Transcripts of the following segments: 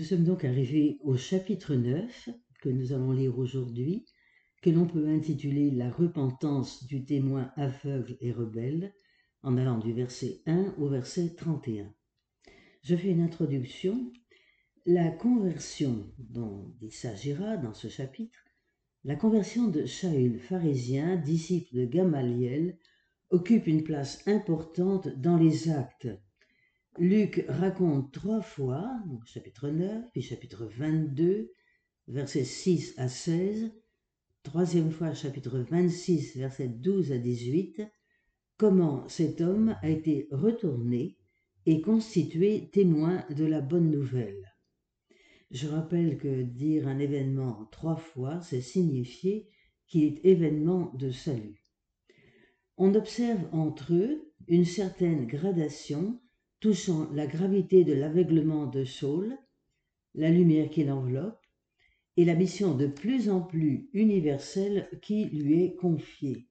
Nous sommes donc arrivés au chapitre 9 que nous allons lire aujourd'hui, que l'on peut intituler La repentance du témoin aveugle et rebelle, en allant du verset 1 au verset 31. Je fais une introduction. La conversion dont il s'agira dans ce chapitre, la conversion de Shaul, pharisien, disciple de Gamaliel, occupe une place importante dans les Actes. Luc raconte 3 fois, donc chapitre 9, puis chapitre 22, versets 6 à 16, troisième fois chapitre 26, versets 12 à 18, comment cet homme a été retourné et constitué témoin de la bonne nouvelle. Je rappelle que dire un événement 3 fois, c'est signifier qu'il est événement de salut. On observe entre eux une certaine gradation touchant la gravité de l'aveuglement de Saul, la lumière qui l'enveloppe, et la mission de plus en plus universelle qui lui est confiée.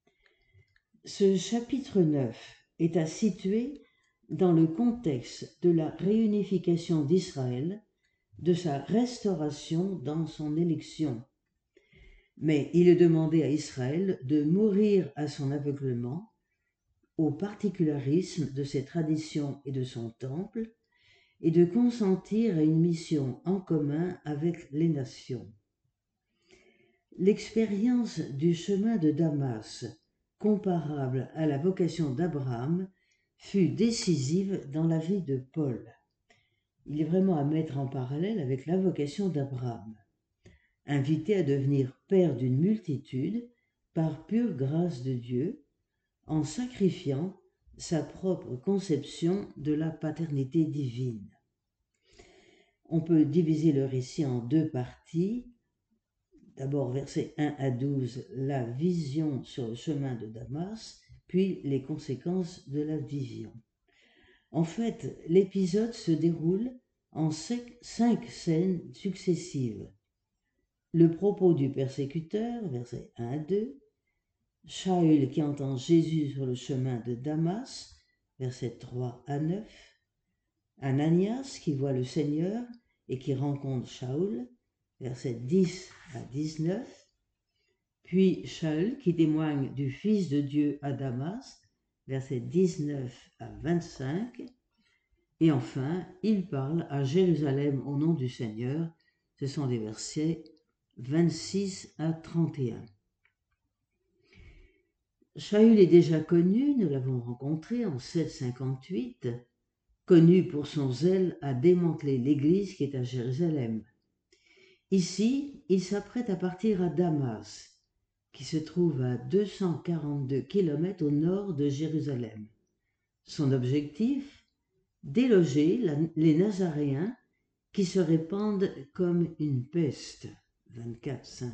Ce chapitre 9 est à situer dans le contexte de la réunification d'Israël, de sa restauration dans son élection. Mais il est demandé à Israël de mourir à son aveuglement, au particularisme de ses traditions et de son temple, et de consentir à une mission en commun avec les nations. L'expérience du chemin de Damas, comparable à la vocation d'Abraham, fut décisive dans la vie de Paul. Il est vraiment à mettre en parallèle avec la vocation d'Abraham. Invité à devenir père d'une multitude par pure grâce de Dieu, en sacrifiant sa propre conception de la paternité divine. On peut diviser le récit en 2 parties. D'abord, versets 1 à 12, la vision sur le chemin de Damas, puis les conséquences de la vision. En fait, l'épisode se déroule en 5 scènes successives. Le propos du persécuteur, versets 1 à 2, Shaul qui entend Jésus sur le chemin de Damas, versets 3 à 9, Ananias qui voit le Seigneur et qui rencontre Shaul, versets 10 à 19, puis Shaul qui témoigne du Fils de Dieu à Damas, versets 19 à 25, et enfin, il parle à Jérusalem au nom du Seigneur, ce sont les versets 26 à 31. Shaul est déjà connu, nous l'avons rencontré en 758, connu pour son zèle à démanteler l'église qui est à Jérusalem. Ici, il s'apprête à partir à Damas, qui se trouve à 242 km au nord de Jérusalem. Son objectif, déloger les Nazaréens qui se répandent comme une peste. 24,5.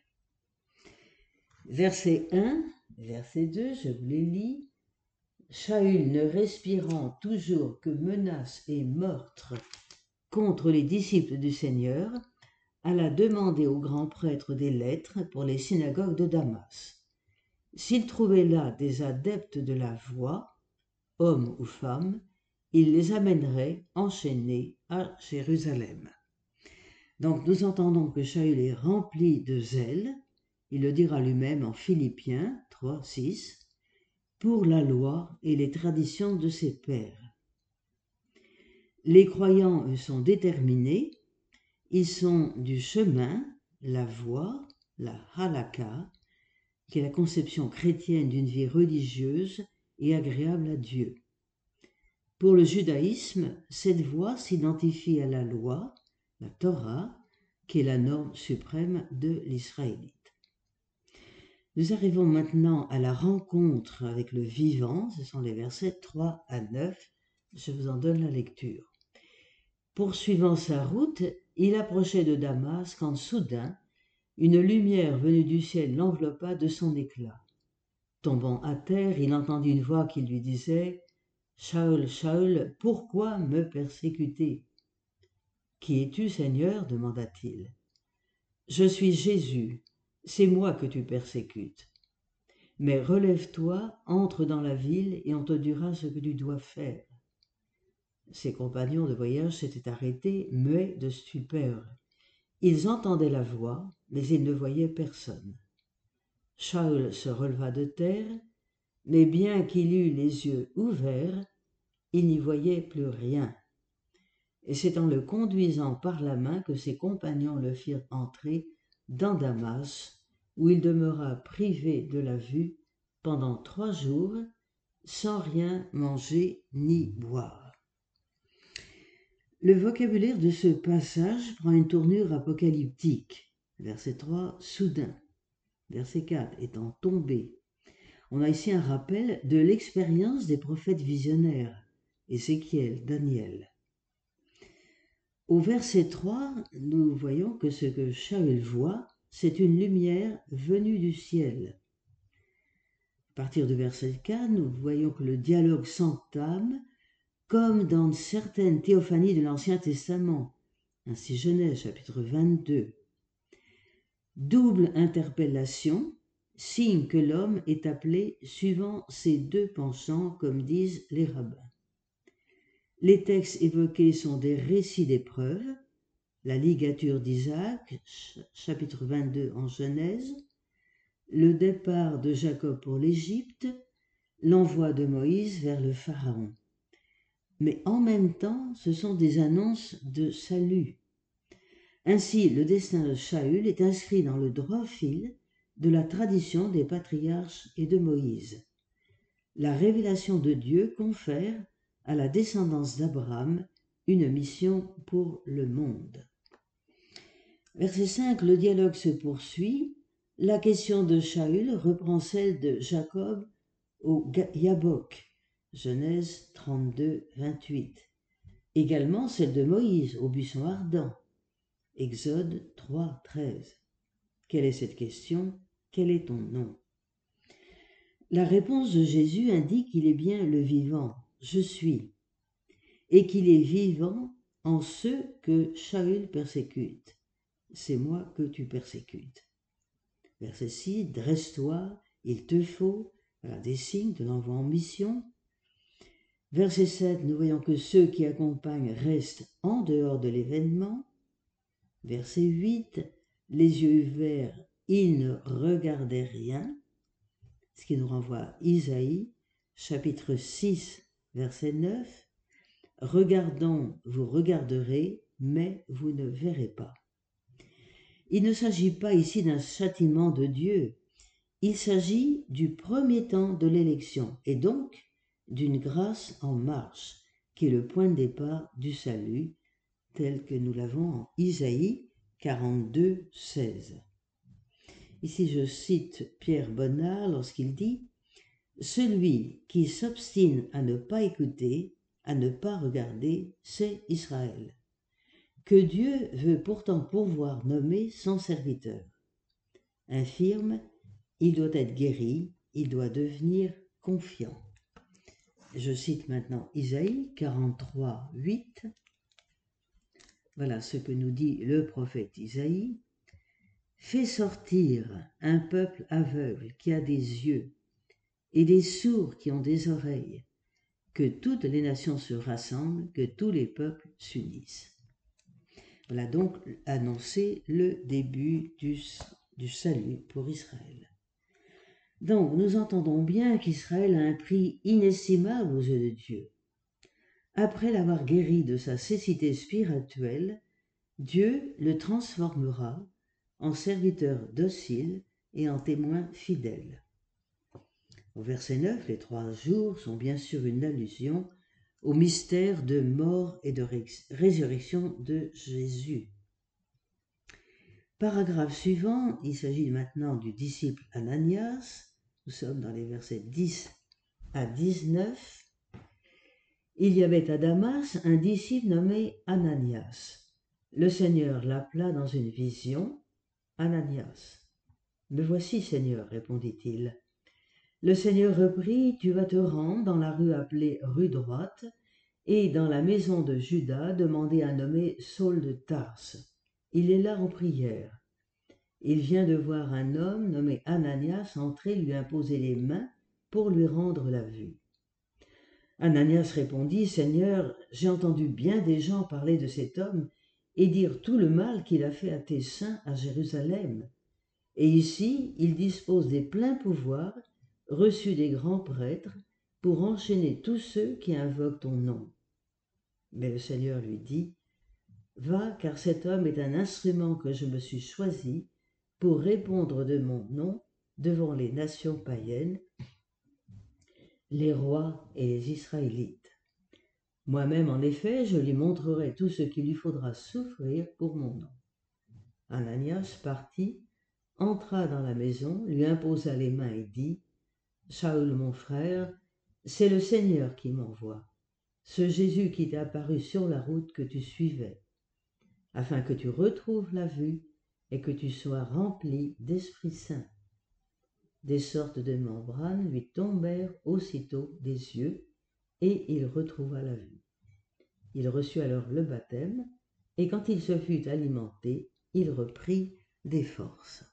Verset 1, verset 2, je vous les lis. Shaul, ne respirant toujours que menaces et meurtres contre les disciples du Seigneur, alla demander au grand prêtre des lettres pour les synagogues de Damas. S'il trouvait là des adeptes de la voie, hommes ou femmes, il les amènerait enchaînés à Jérusalem. Donc nous entendons que Shaul est rempli de zèle, il le dira lui-même en Philippiens 3, 6, pour la loi et les traditions de ses pères. Les croyants sont déterminés, ils sont du chemin, la voie, la halakha, qui est la conception chrétienne d'une vie religieuse et agréable à Dieu. Pour le judaïsme, cette voie s'identifie à la loi, la Torah, qui est la norme suprême de l'Israélite. Nous arrivons maintenant à la rencontre avec le vivant, ce sont les versets 3 à 9, je vous en donne la lecture. Poursuivant sa route, il approchait de Damas quand soudain, une lumière venue du ciel l'enveloppa de son éclat. Tombant à terre, il entendit une voix qui lui disait « Shaul, Shaul, pourquoi me persécuter ?»« Qui es-tu, Seigneur » demanda-t-il. « Je suis Jésus, c'est moi que tu persécutes. Mais relève-toi, entre dans la ville et on te dira ce que tu dois faire. » Ses compagnons de voyage s'étaient arrêtés, muets de stupeur. Ils entendaient la voix, mais ils ne voyaient personne. Shaul se releva de terre, mais bien qu'il eût les yeux ouverts, il n'y voyait plus rien. Et c'est en le conduisant par la main que ses compagnons le firent entrer dans Damas, où il demeura privé de la vue pendant 3 jours, sans rien manger ni boire. Le vocabulaire de ce passage prend une tournure apocalyptique. Verset 3, soudain. Verset 4, étant tombé. On a ici un rappel de l'expérience des prophètes visionnaires, Ézéchiel, Daniel. Au verset 3, nous voyons que ce que Shaul voit, c'est une lumière venue du ciel. À partir du verset 4, nous voyons que le dialogue s'entame comme dans certaines théophanies de l'Ancien Testament, ainsi Genèse chapitre 22. Double interpellation, signe que l'homme est appelé suivant ses 2 penchants, comme disent les rabbins. Les textes évoqués sont des récits d'épreuves, la ligature d'Isaac, chapitre 22 en Genèse, le départ de Jacob pour l'Égypte, l'envoi de Moïse vers le Pharaon. Mais en même temps, ce sont des annonces de salut. Ainsi, le destin de Shaul est inscrit dans le droit fil de la tradition des patriarches et de Moïse. La révélation de Dieu confère à la descendance d'Abraham une mission pour le monde. Verset 5, le dialogue se poursuit. La question de Shaul reprend celle de Jacob au Yabok, Genèse 32, 28. Également celle de Moïse au buisson ardent, Exode 3, 13. Quelle est cette question? Quel est ton nom? La réponse de Jésus indique qu'il est bien le vivant, je suis, et qu'il est vivant en ceux que Shaul persécute. C'est moi que tu persécutes. Verset 6, dresse-toi, il te faut, voilà des signes de l'envoi en mission. Verset 7, nous voyons que ceux qui accompagnent restent en dehors de l'événement. Verset 8, les yeux ouverts, ils ne regardaient rien, ce qui nous renvoie à Isaïe, chapitre 6, verset 9. Regardons, vous regarderez, mais vous ne verrez pas. Il ne s'agit pas ici d'un châtiment de Dieu, il s'agit du premier temps de l'élection, et donc d'une grâce en marche, qui est le point de départ du salut, tel que nous l'avons en Isaïe 42, 16. Ici je cite Pierre Bonnard lorsqu'il dit « Celui qui s'obstine à ne pas écouter, à ne pas regarder, c'est Israël, que Dieu veut pourtant pouvoir nommer son serviteur. Infirme, il doit être guéri, il doit devenir confiant. » Je cite maintenant Isaïe 43, 8. Voilà ce que nous dit le prophète Isaïe. « Fais sortir un peuple aveugle qui a des yeux et des sourds qui ont des oreilles, que toutes les nations se rassemblent, que tous les peuples s'unissent. » Voilà donc annoncé le début du salut pour Israël. Donc nous entendons bien qu'Israël a un prix inestimable aux yeux de Dieu. Après l'avoir guéri de sa cécité spirituelle, Dieu le transformera en serviteur docile et en témoin fidèle. Au verset 9, les 3 jours sont bien sûr une allusion au mystère de mort et de résurrection de Jésus. Paragraphe suivant, il s'agit maintenant du disciple Ananias. Nous sommes dans les versets 10 à 19. Il y avait à Damas un disciple nommé Ananias. Le Seigneur l'appela dans une vision. Ananias. Me voici, Seigneur, répondit-il. Le Seigneur reprit, tu vas te rendre dans la rue appelée rue droite, et dans la maison de Judas, demander à nommer Saul de Tarse. Il est là en prière. Il vient de voir un homme nommé Ananias entrer lui imposer les mains pour lui rendre la vue. Ananias répondit, Seigneur, j'ai entendu bien des gens parler de cet homme et dire tout le mal qu'il a fait à tes saints à Jérusalem. Et ici, il dispose des pleins pouvoirs reçus des grands prêtres pour enchaîner tous ceux qui invoquent ton nom. Mais le Seigneur lui dit, va, car cet homme est un instrument que je me suis choisi pour répondre de mon nom devant les nations païennes, les rois et les Israélites. Moi-même, en effet, je lui montrerai tout ce qu'il lui faudra souffrir pour mon nom. Ananias partit, entra dans la maison, lui imposa les mains et dit, Saül, mon frère, c'est le Seigneur qui m'envoie, ce Jésus qui t'est apparu sur la route que tu suivais, afin que tu retrouves la vue et que tu sois rempli d'Esprit Saint. Des sortes de membranes lui tombèrent aussitôt des yeux, et il retrouva la vue. Il reçut alors le baptême, et quand il se fut alimenté, il reprit des forces.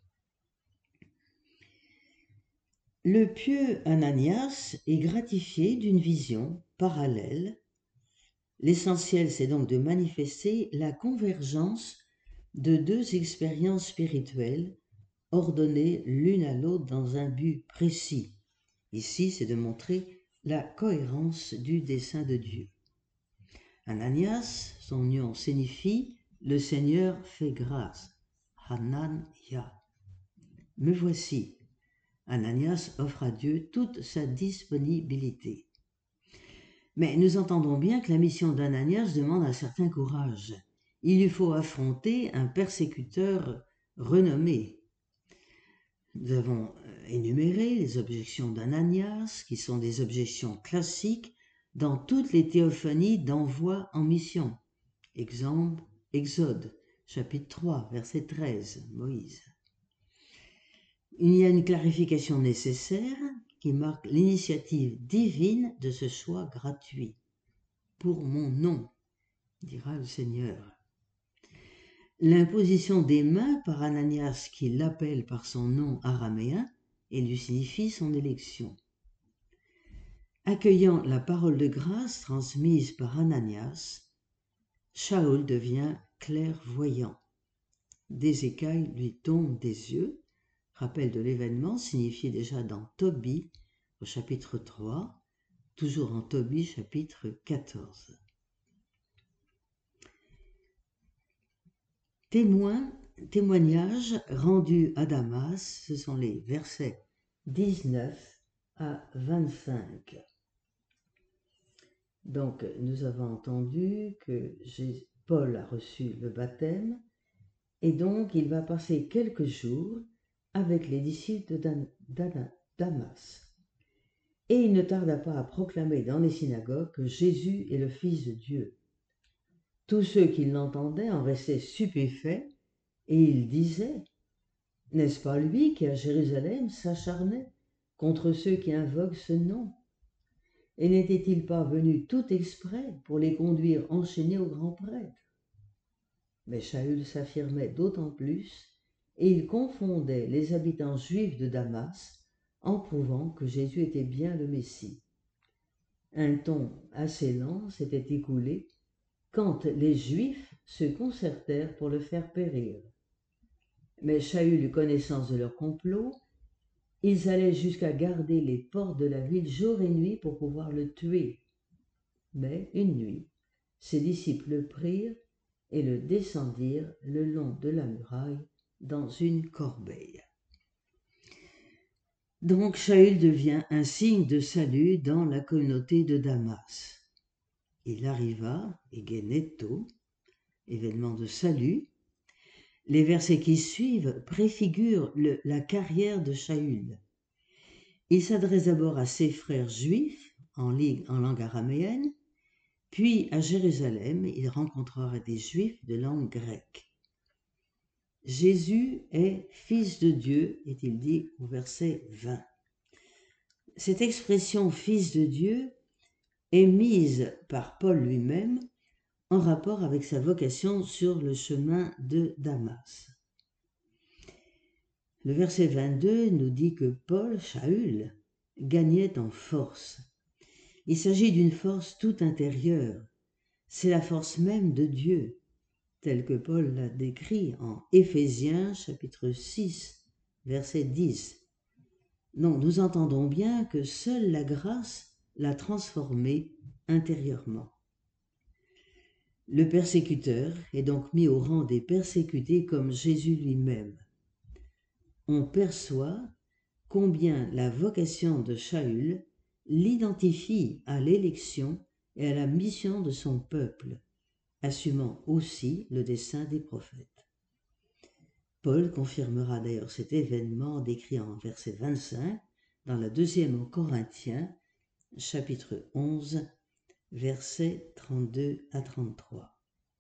Le pieux Ananias est gratifié d'une vision parallèle. L'essentiel, c'est donc de manifester la convergence de deux expériences spirituelles ordonnées l'une à l'autre dans un but précis. Ici, c'est de montrer la cohérence du dessein de Dieu. Ananias, son nom signifie « le Seigneur fait grâce ». Hanania. Me voici. Ananias offre à Dieu toute sa disponibilité. Mais nous entendons bien que la mission d'Ananias demande un certain courage. Il lui faut affronter un persécuteur renommé. Nous avons énuméré les objections d'Ananias, qui sont des objections classiques dans toutes les théophanies d'envoi en mission. Exemple, Exode, chapitre 3, verset 13, Moïse. Il y a une clarification nécessaire qui marque l'initiative divine de ce choix gratuit. Pour mon nom, dira le Seigneur. L'imposition des mains par Ananias qui l'appelle par son nom araméen et lui signifie son élection. Accueillant la parole de grâce transmise par Ananias, Saül devient clairvoyant. Des écailles lui tombent des yeux, rappel de l'événement signifié déjà dans Tobie au chapitre 3, toujours en Tobie chapitre 14. Témoignage rendu à Damas, ce sont les versets 19 à 25. Donc, nous avons entendu que Paul a reçu le baptême et donc il va passer quelques jours avec les disciples de Damas. Et il ne tarda pas à proclamer dans les synagogues que Jésus est le Fils de Dieu. Tous ceux qui l'entendaient en restaient stupéfaits et ils disaient, n'est-ce pas lui qui à Jérusalem s'acharnait contre ceux qui invoquent ce nom? Et n'était-il pas venu tout exprès pour les conduire enchaînés au grand prêtre? Mais Saül s'affirmait d'autant plus, et il confondait les habitants juifs de Damas en prouvant que Jésus était bien le Messie. Un temps assez lent s'était écoulé quand les Juifs se concertèrent pour le faire périr. Mais Saül eut connaissance de leur complot. Ils allaient jusqu'à garder les portes de la ville jour et nuit pour pouvoir le tuer. Mais une nuit, ses disciples le prirent et le descendirent le long de la muraille dans une corbeille. Donc Saül devient un signe de salut dans la communauté de Damas. Il arriva, egeneto, événement de salut. Les versets qui suivent préfigurent la carrière de Saül. Il s'adresse d'abord à ses frères juifs en langue araméenne, puis à Jérusalem, il rencontrera des juifs de langue grecque. Jésus est fils de Dieu, est-il dit au verset 20. Cette expression fils de Dieu est mise par Paul lui-même en rapport avec sa vocation sur le chemin de Damas. Le verset 22 nous dit que Paul, Saül, gagnait en force. Il s'agit d'une force toute intérieure. C'est la force même de Dieu, telle que Paul l'a décrit en Éphésiens chapitre 6, verset 10. Non, nous entendons bien que seule la grâce l'a transformé intérieurement. Le persécuteur est donc mis au rang des persécutés comme Jésus lui-même. On perçoit combien la vocation de Shaül l'identifie à l'élection et à la mission de son peuple, assumant aussi le dessein des prophètes. Paul confirmera d'ailleurs cet événement décrit en verset 25 dans la deuxième aux Corinthiens, chapitre 11, versets 32 à 33.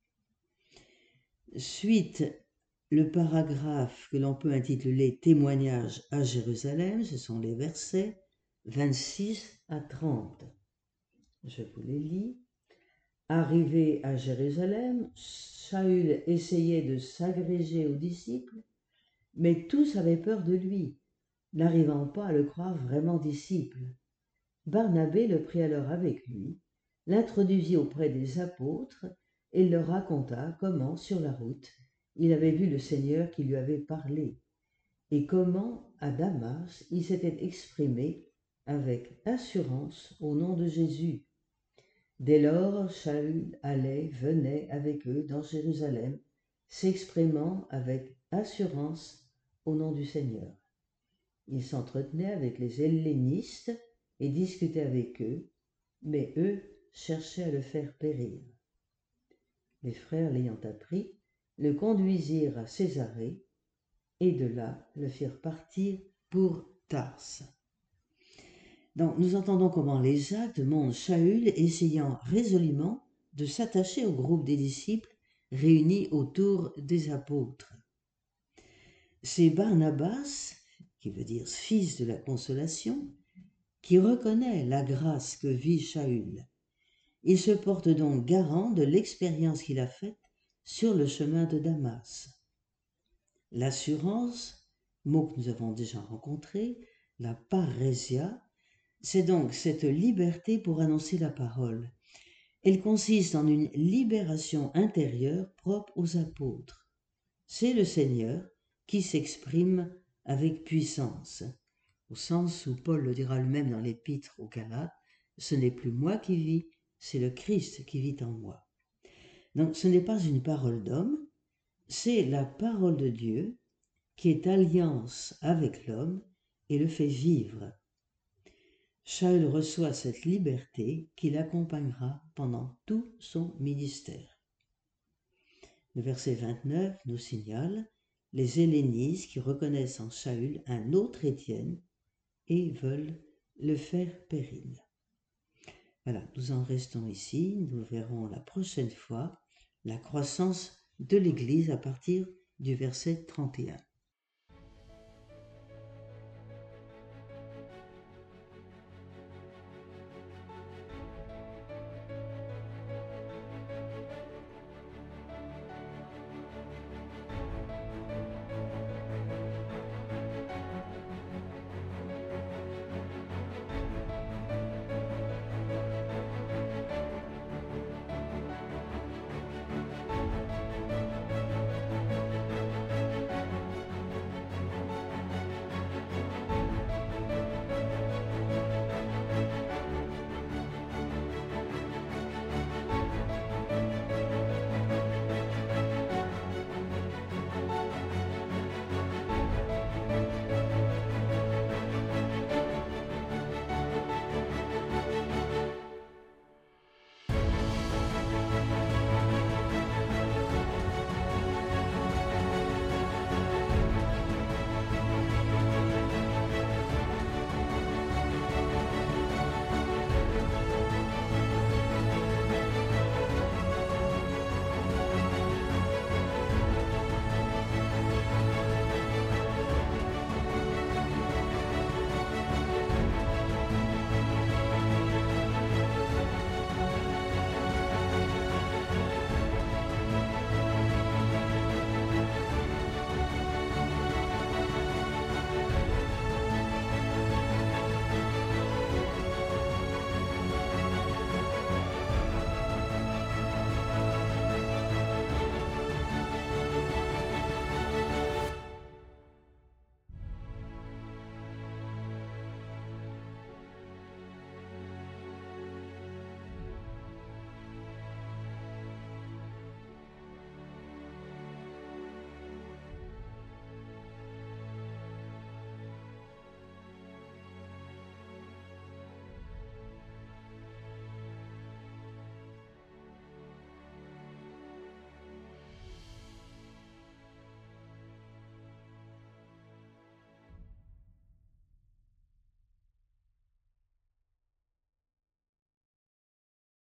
Suite le paragraphe que l'on peut intituler Témoignage à Jérusalem, ce sont les versets 26 à 30. Je vous les lis. Arrivé à Jérusalem, Shaül essayait de s'agréger aux disciples, mais tous avaient peur de lui, n'arrivant pas à le croire vraiment disciple. Barnabé le prit alors avec lui, l'introduisit auprès des apôtres et leur raconta comment, sur la route, il avait vu le Seigneur qui lui avait parlé, et comment, à Damas, il s'était exprimé avec assurance au nom de Jésus. Dès lors, Shaül allait, venait avec eux dans Jérusalem, s'exprimant avec assurance au nom du Seigneur. Il s'entretenait avec les hellénistes et discutait avec eux, mais eux cherchaient à le faire périr. Les frères l'ayant appris, le conduisirent à Césarée et de là le firent partir pour Tarse. Donc, nous entendons comment les actes montrent Shaül essayant résolument de s'attacher au groupe des disciples réunis autour des apôtres. C'est Barnabas, qui veut dire fils de la consolation, qui reconnaît la grâce que vit Shaül. Il se porte donc garant de l'expérience qu'il a faite sur le chemin de Damas. L'assurance, mot que nous avons déjà rencontré, la parésia, c'est donc cette liberté pour annoncer la parole. Elle consiste en une libération intérieure propre aux apôtres. C'est le Seigneur qui s'exprime avec puissance, au sens où Paul le dira lui-même dans l'épître aux Galates, ce n'est plus moi qui vis, c'est le Christ qui vit en moi. Donc ce n'est pas une parole d'homme, c'est la parole de Dieu qui est alliance avec l'homme et le fait vivre. Shaül reçoit cette liberté qui l'accompagnera pendant tout son ministère. Le verset 29 nous signale les hellénistes qui reconnaissent en Shaül un autre Étienne et veulent le faire périr. Voilà, nous en restons ici. Nous verrons la prochaine fois la croissance de l'Église à partir du verset 31.